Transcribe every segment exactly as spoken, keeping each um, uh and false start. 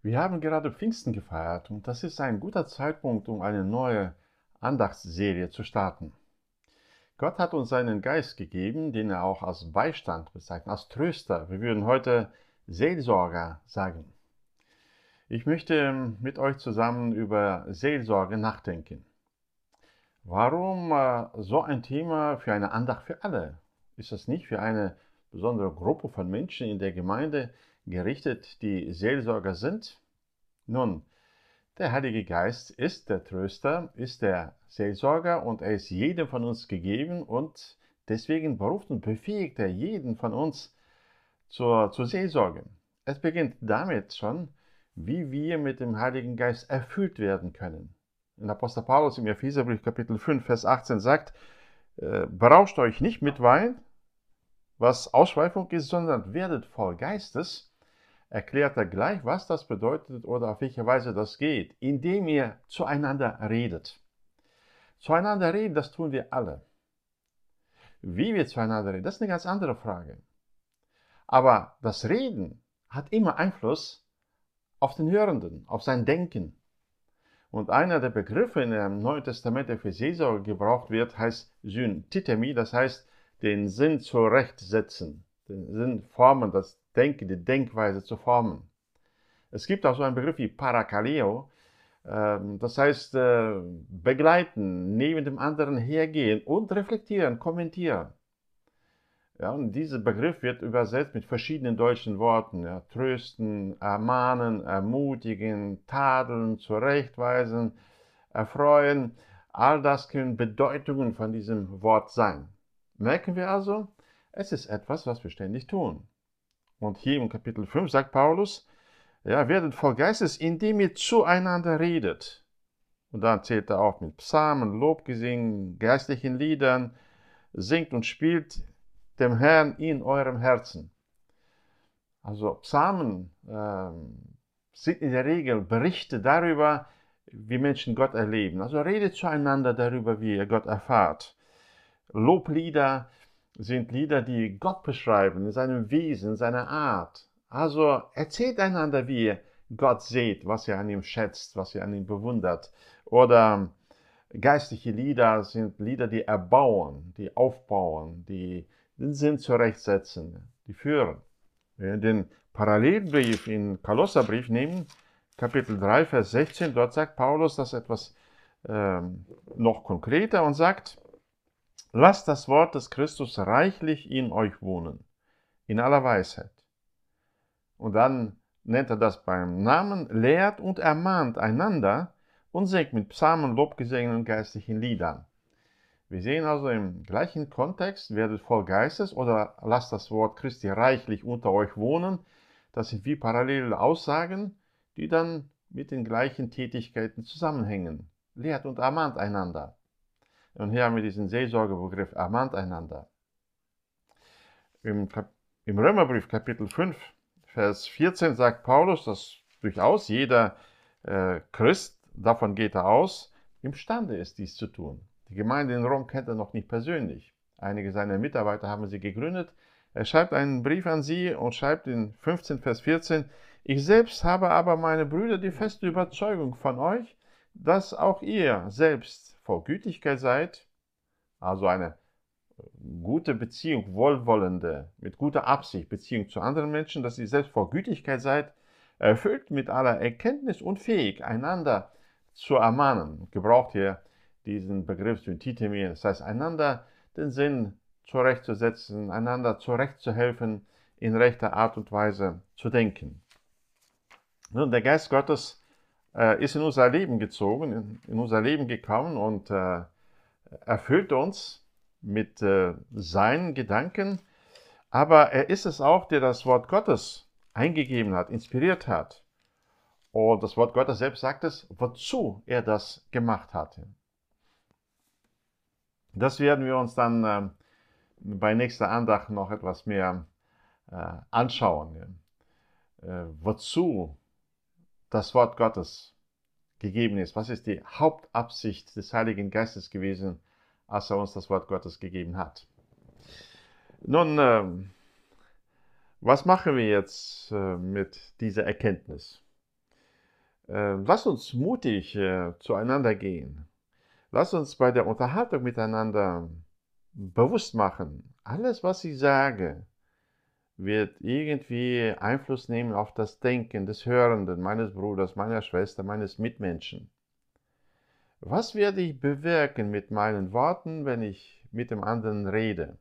Wir haben gerade Pfingsten gefeiert und das ist ein guter Zeitpunkt, um eine neue Andachtsserie zu starten. Gott hat uns seinen Geist gegeben, den er auch als Beistand bezeichnet, als Tröster. Wir würden heute Seelsorger sagen. Ich möchte mit euch zusammen über Seelsorge nachdenken. Warum äh, so ein Thema für eine Andacht für alle? Ist das nicht für eine besondere Gruppe von Menschen in der Gemeinde gerichtet, die Seelsorger sind? Nun, der Heilige Geist ist der Tröster, ist der Seelsorger und er ist jedem von uns gegeben und deswegen beruft und befähigt er jeden von uns zur, zur Seelsorge. Es beginnt damit schon, wie wir mit dem Heiligen Geist erfüllt werden können. In Apostel Paulus im Epheserbrief Kapitel fünf, Vers achtzehn sagt, äh, berauscht euch nicht mit Wein, was Ausschweifung ist, sondern werdet voll Geistes. Erklärt er gleich, was das bedeutet oder auf welche Weise das geht, indem ihr zueinander redet. Zueinander reden, das tun wir alle. Wie wir zueinander reden, das ist eine ganz andere Frage. Aber das Reden hat immer Einfluss auf den Hörenden, auf sein Denken. Und einer der Begriffe in dem Neuen Testament, der für Seelsorge gebraucht wird, heißt Syntithemi, das heißt den Sinn zurechtsetzen, den Sinn formen, das Denken, die Denkweise zu formen. Es gibt auch so einen Begriff wie Parakaleo, das heißt begleiten, neben dem anderen hergehen und reflektieren, kommentieren. Ja, und dieser Begriff wird übersetzt mit verschiedenen deutschen Worten. Ja, trösten, ermahnen, ermutigen, tadeln, zurechtweisen, erfreuen. All das können Bedeutungen von diesem Wort sein. Merken wir also, es ist etwas, was wir ständig tun. Und hier im Kapitel fünf sagt Paulus, ja, werdet voll Geistes, indem ihr zueinander redet. Und dann zählt er auch mit Psalmen, Lobgesingen, geistlichen Liedern, singt und spielt dem Herrn in eurem Herzen. Also Psalmen ähm, sind in der Regel Berichte darüber, wie Menschen Gott erleben. Also redet zueinander darüber, wie ihr Gott erfahrt. Loblieder sind Lieder, die Gott beschreiben, in seinem Wesen, in seiner Art. Also erzählt einander, wie ihr Gott seht, was ihr an ihm schätzt, was ihr an ihm bewundert. Oder geistliche Lieder sind Lieder, die erbauen, die aufbauen, die den Sinn zurechtsetzen, die führen. Wenn wir den Parallelbrief in Kolosserbrief nehmen, Kapitel drei, Vers sechzehn, dort sagt Paulus das etwas ähm, noch konkreter und sagt, lasst das Wort des Christus reichlich in euch wohnen, in aller Weisheit. Und dann nennt er das beim Namen, lehrt und ermahnt einander und singt mit Psalmen, Lobgesängen und geistlichen Liedern. Wir sehen also im gleichen Kontext, werdet voll Geistes oder lasst das Wort Christi reichlich unter euch wohnen. Das sind wie parallele Aussagen, die dann mit den gleichen Tätigkeiten zusammenhängen. Lehrt und ermahnt einander. Und hier haben wir diesen Seelsorgebegriff, ermahnt einander. Im, im Römerbrief Kapitel fünf, Vers vierzehn sagt Paulus, dass durchaus jeder äh, Christ, davon geht er aus, imstande ist, dies zu tun. Die Gemeinde in Rom kennt er noch nicht persönlich. Einige seiner Mitarbeiter haben sie gegründet. Er schreibt einen Brief an sie und schreibt in fünfzehn, Vers vierzehn, ich selbst habe aber, meine Brüder, die feste Überzeugung von euch, dass auch ihr selbst voll Gütigkeit seid, also eine gute Beziehung, wohlwollende, mit guter Absicht Beziehung zu anderen Menschen, dass ihr selbst voll Gütigkeit seid, erfüllt mit aller Erkenntnis und fähig, einander zu ermahnen. Gebraucht hier diesen Begriff Syntithemi, das heißt, einander den Sinn zurechtzusetzen, einander zurechtzuhelfen, in rechter Art und Weise zu denken. Nun, der Geist Gottes äh, ist in unser Leben gezogen, in, in unser Leben gekommen und äh, erfüllt uns mit äh, seinen Gedanken, aber er ist es auch, der das Wort Gottes eingegeben hat, inspiriert hat. Und das Wort Gottes selbst sagt es, wozu er das gemacht hatte. Das werden wir uns dann äh, bei nächster Andacht noch etwas mehr äh, anschauen. Äh, wozu das Wort Gottes gegeben ist. Was ist die Hauptabsicht des Heiligen Geistes gewesen, als er uns das Wort Gottes gegeben hat? Nun, äh, was machen wir jetzt äh, mit dieser Erkenntnis? Äh, lass uns mutig äh, zueinander gehen. Lass uns bei der Unterhaltung miteinander bewusst machen, alles, was ich sage, wird irgendwie Einfluss nehmen auf das Denken des Hörenden, meines Bruders, meiner Schwester, meines Mitmenschen. Was werde ich bewirken mit meinen Worten, wenn ich mit dem anderen rede?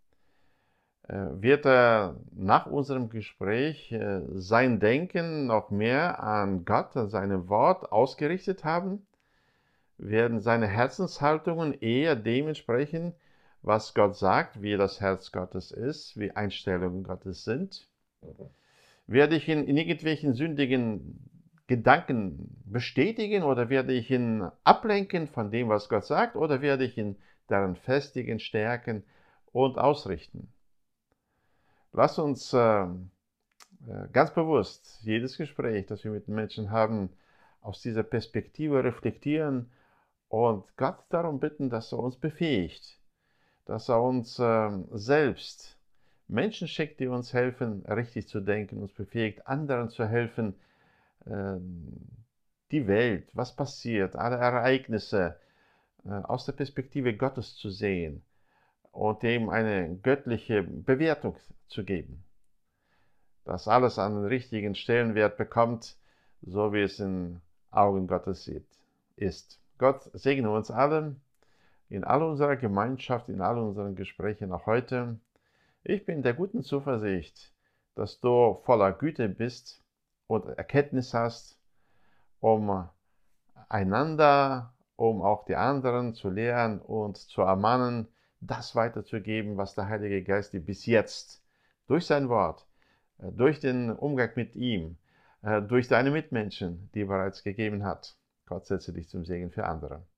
Wird er nach unserem Gespräch sein Denken noch mehr an Gott, an seinem Wort ausgerichtet haben? Werden seine Herzenshaltungen eher dementsprechend, was Gott sagt, wie das Herz Gottes ist, wie Einstellungen Gottes sind? Werde ich ihn in irgendwelchen sündigen Gedanken bestätigen oder werde ich ihn ablenken von dem, was Gott sagt, oder werde ich ihn darin festigen, stärken und ausrichten? Lass uns äh, ganz bewusst jedes Gespräch, das wir mit den Menschen haben, aus dieser Perspektive reflektieren und Gott darum bitten, dass er uns befähigt, dass er uns äh, selbst Menschen schickt, die uns helfen, richtig zu denken, uns befähigt, anderen zu helfen, äh, die Welt, was passiert, alle Ereignisse äh, aus der Perspektive Gottes zu sehen und dem eine göttliche Bewertung zu geben. Dass alles einen richtigen Stellenwert bekommt, so wie es in Augen Gottes ist. Gott segne uns alle, in all unserer Gemeinschaft, in all unseren Gesprächen auch heute. Ich bin der guten Zuversicht, dass du voller Güte bist und Erkenntnis hast, um einander, um auch die anderen zu lehren und zu ermahnen, das weiterzugeben, was der Heilige Geist dir bis jetzt durch sein Wort, durch den Umgang mit ihm, durch deine Mitmenschen, die er bereits gegeben hat. Gott setze dich zum Segen für andere.